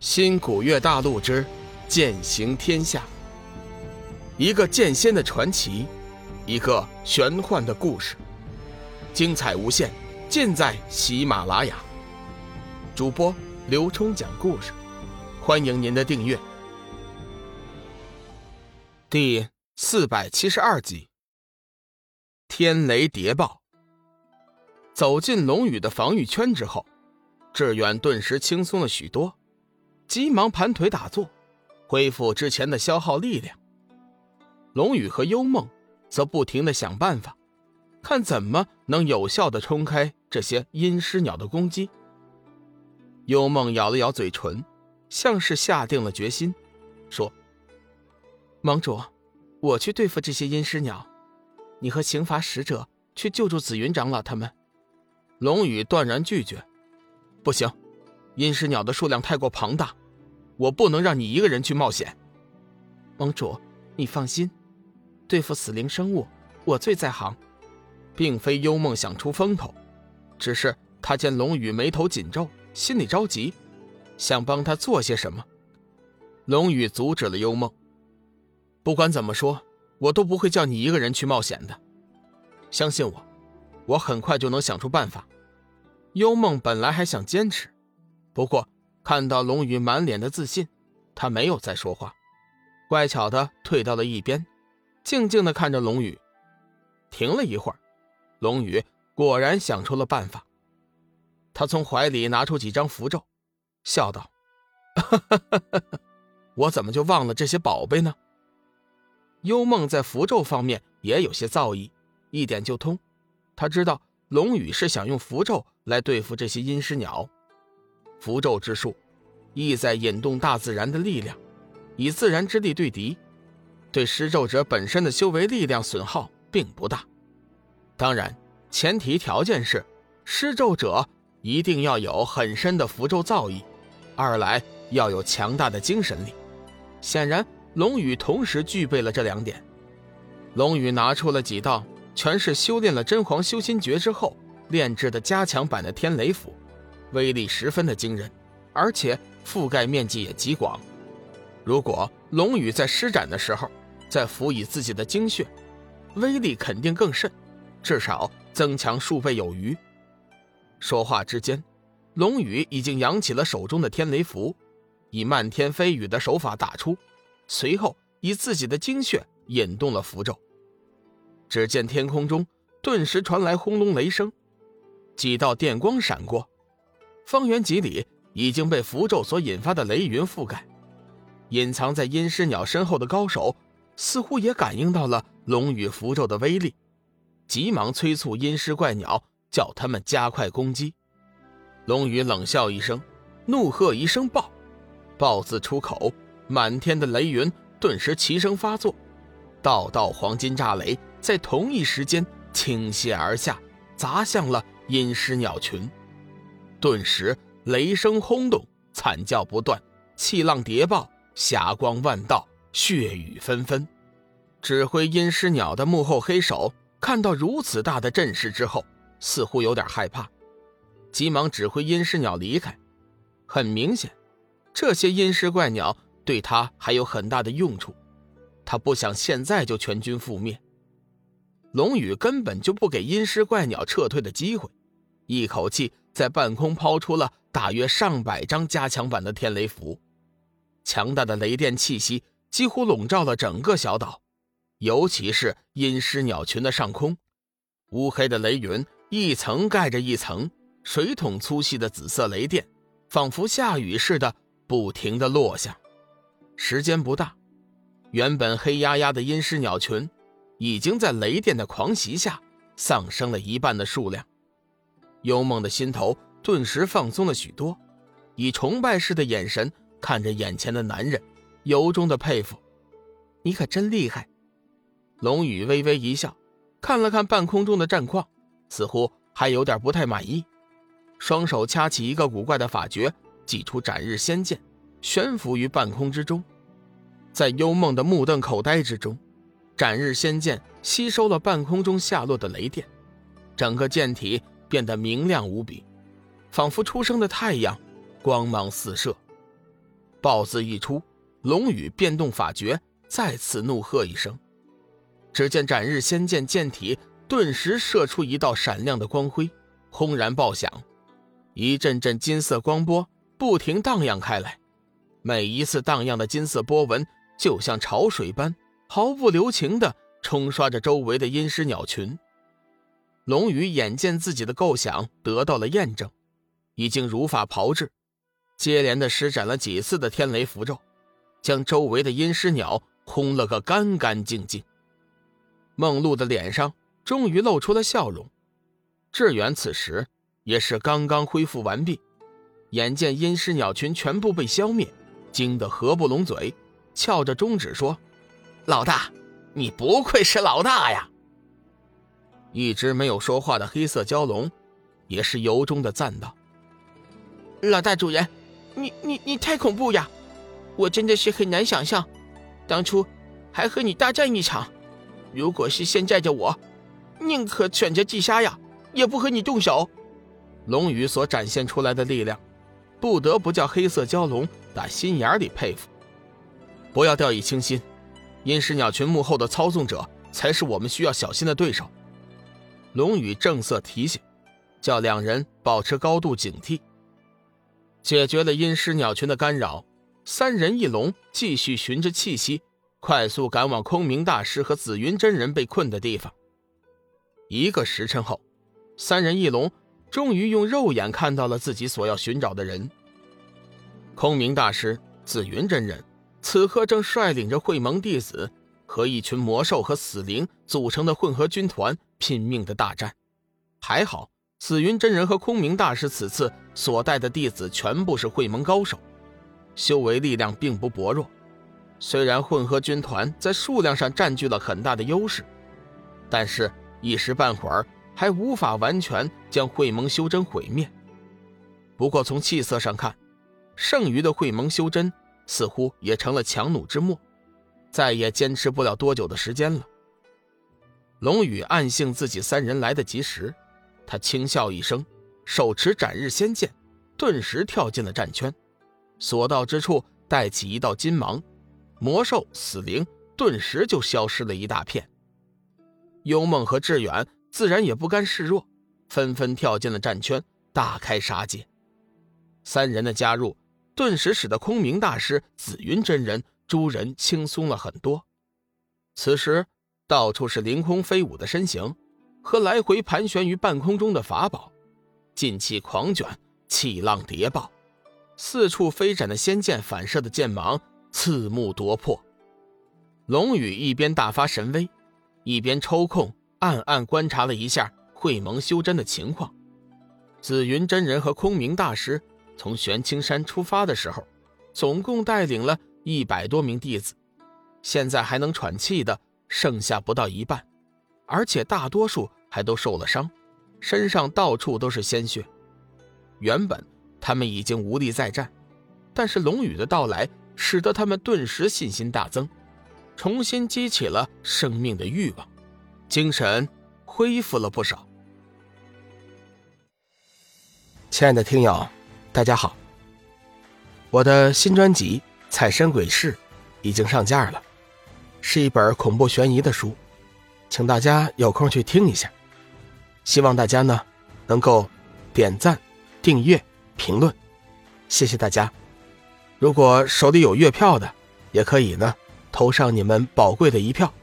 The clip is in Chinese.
新古月大陆之剑行天下，一个剑仙的传奇，一个玄幻的故事，精彩无限，尽在喜马拉雅。主播刘冲讲故事，欢迎您的订阅。第472集，天雷谍报。走进龙宇的防御圈之后，志远顿时轻松了许多，急忙盘腿打坐，恢复之前的消耗力量。龙宇和幽梦则不停地想办法，看怎么能有效地冲开这些阴尸鸟的攻击。幽梦咬了咬嘴唇，像是下定了决心，说：盟主，我去对付这些阴尸鸟，你和刑罚使者去救助紫云长老他们。龙宇断然拒绝：不行，阴尸鸟的数量太过庞大，我不能让你一个人去冒险。盟主，你放心，对付死灵生物，我最在行。并非幽梦想出风头，只是他见龙宇眉头紧皱，心里着急，想帮他做些什么。龙宇阻止了幽梦：不管怎么说，我都不会叫你一个人去冒险的，相信我，我很快就能想出办法。幽梦本来还想坚持，不过看到龙宇满脸的自信，他没有再说话，乖巧地退到了一边，静静地看着龙宇。停了一会儿，龙宇果然想出了办法。他从怀里拿出几张符咒，笑道：我怎么就忘了这些宝贝呢？幽梦在符咒方面也有些造诣，一点就通。他知道龙宇是想用符咒来对付这些阴尸鸟。符咒之术意在引动大自然的力量，以自然之力对敌，对施咒者本身的修为力量损耗并不大。当然，前提条件是施咒者一定要有很深的符咒造诣，二来要有强大的精神力。显然龙宇同时具备了这两点。龙宇拿出了几道全是修炼了真皇修心诀之后炼制的加强版的天雷符，威力十分的惊人，而且覆盖面积也极广。如果龙宇在施展的时候再辅以自己的精血，威力肯定更甚，至少增强数倍有余。说话之间，龙宇已经扬起了手中的天雷符，以漫天飞雨的手法打出，随后以自己的精血引动了符咒。只见天空中顿时传来轰隆雷声，几道电光闪过，方圆几里已经被符咒所引发的雷云覆盖。隐藏在阴尸鸟身后的高手似乎也感应到了龙宇符咒的威力，急忙催促阴尸怪鸟，叫他们加快攻击。龙宇冷笑一声，怒喝一声爆，爆字出口，满天的雷云顿时齐声发作，道道黄金炸雷在同一时间倾泻而下，砸向了阴尸鸟群。顿时雷声轰动，惨叫不断，气浪叠爆，霞光万道，血雨纷纷。指挥阴尸鸟的幕后黑手看到如此大的阵势之后，似乎有点害怕，急忙指挥阴尸鸟离开。很明显，这些阴尸怪鸟对他还有很大的用处，他不想现在就全军覆灭。龙宇根本就不给阴尸怪鸟撤退的机会，一口气在半空抛出了大约上百张加强版的天雷符。强大的雷电气息几乎笼罩了整个小岛，尤其是阴尸鸟群的上空，乌黑的雷云一层盖着一层，水桶粗细的紫色雷电仿佛下雨似的不停地落下。时间不大，原本黑压压的阴尸鸟群已经在雷电的狂袭下丧生了一半的数量。幽梦的心头顿时放松了许多，以崇拜式的眼神看着眼前的男人，由衷的佩服：你可真厉害。龙宇微微一笑，看了看半空中的战况，似乎还有点不太满意，双手掐起一个古怪的法诀，祭出斩日仙剑，悬浮于半空之中。在幽梦的目瞪口呆之中，斩日仙剑吸收了半空中下落的雷电，整个剑体变得明亮无比，仿佛初升的太阳，光芒四射。 豹字一出，龙宇变动法诀，再次怒喝一声。只见斩日仙剑剑体顿时射出一道闪亮的光辉，轰然爆响，一阵阵金色光波不停荡漾开来，每一次荡漾的金色波纹就像潮水般毫不留情地冲刷着周围的阴尸鸟群。龙宇眼见自己的构想得到了验证，已经如法炮制，接连地施展了几次的天雷符咒，将周围的阴尸鸟轰了个干干净净。梦露的脸上终于露出了笑容，志远此时也是刚刚恢复完毕，眼见阴尸鸟群全部被消灭，惊得合不拢嘴，翘着中指说：“老大，你不愧是老大呀！”一直没有说话的黑色蛟龙也是由衷的赞道：“ 老大主人，你太恐怖呀！我真的是很难想象，当初还和你大战一场，如果是现在的我，宁可选择自杀呀，也不和你动手。” 龙宇所展现出来的力量，不得不叫黑色蛟龙打心眼里佩服。不要掉以轻心，阴尸鸟群幕后的操纵者才是我们需要小心的对手。龙宇正色提醒，叫两人保持高度警惕。解决了阴尸鸟群的干扰，三人一龙继续循着气息快速赶往空明大师和紫云真人被困的地方。一个时辰后，三人一龙终于用肉眼看到了自己所要寻找的人。空明大师、紫云真人此刻正率领着会盟弟子和一群魔兽和死灵组成的混合军团拼命的大战。还好紫云真人和空明大师此次所带的弟子全部是会盟高手，修为力量并不薄弱。虽然混合军团在数量上占据了很大的优势，但是一时半会儿还无法完全将会盟修真毁灭。不过从气色上看，剩余的会盟修真似乎也成了强弩之末，再也坚持不了多久的时间了。龙宇暗幸自己三人来得及时，他轻笑一声，手持斩日仙剑，顿时跳进了战圈，所到之处带起一道金芒，魔兽死灵顿时就消失了一大片。幽梦和志远自然也不甘示弱，纷纷跳进了战圈，大开杀戒。三人的加入顿时使得空明大师、紫云真人诸人轻松了很多。此时到处是凌空飞舞的身形和来回盘旋于半空中的法宝，劲气狂卷，气浪叠爆，四处飞展的仙剑反射的剑芒刺目夺魄。龙宇一边大发神威，一边抽空暗暗观察了一下会盟修真的情况。紫云真人和空明大师从玄青山出发的时候，总共带领了100多名弟子，现在还能喘气的剩下不到一半，而且大多数还都受了伤，身上到处都是鲜血。原本他们已经无力再战，但是龙宇的到来使得他们顿时信心大增，重新激起了生命的欲望，精神恢复了不少。亲爱的听友，大家好，我的新专辑《彩山鬼事》已经上架了，是一本恐怖悬疑的书，请大家有空去听一下。希望大家呢能够点赞、订阅、评论，谢谢大家。如果手里有月票的，也可以呢投上你们宝贵的一票。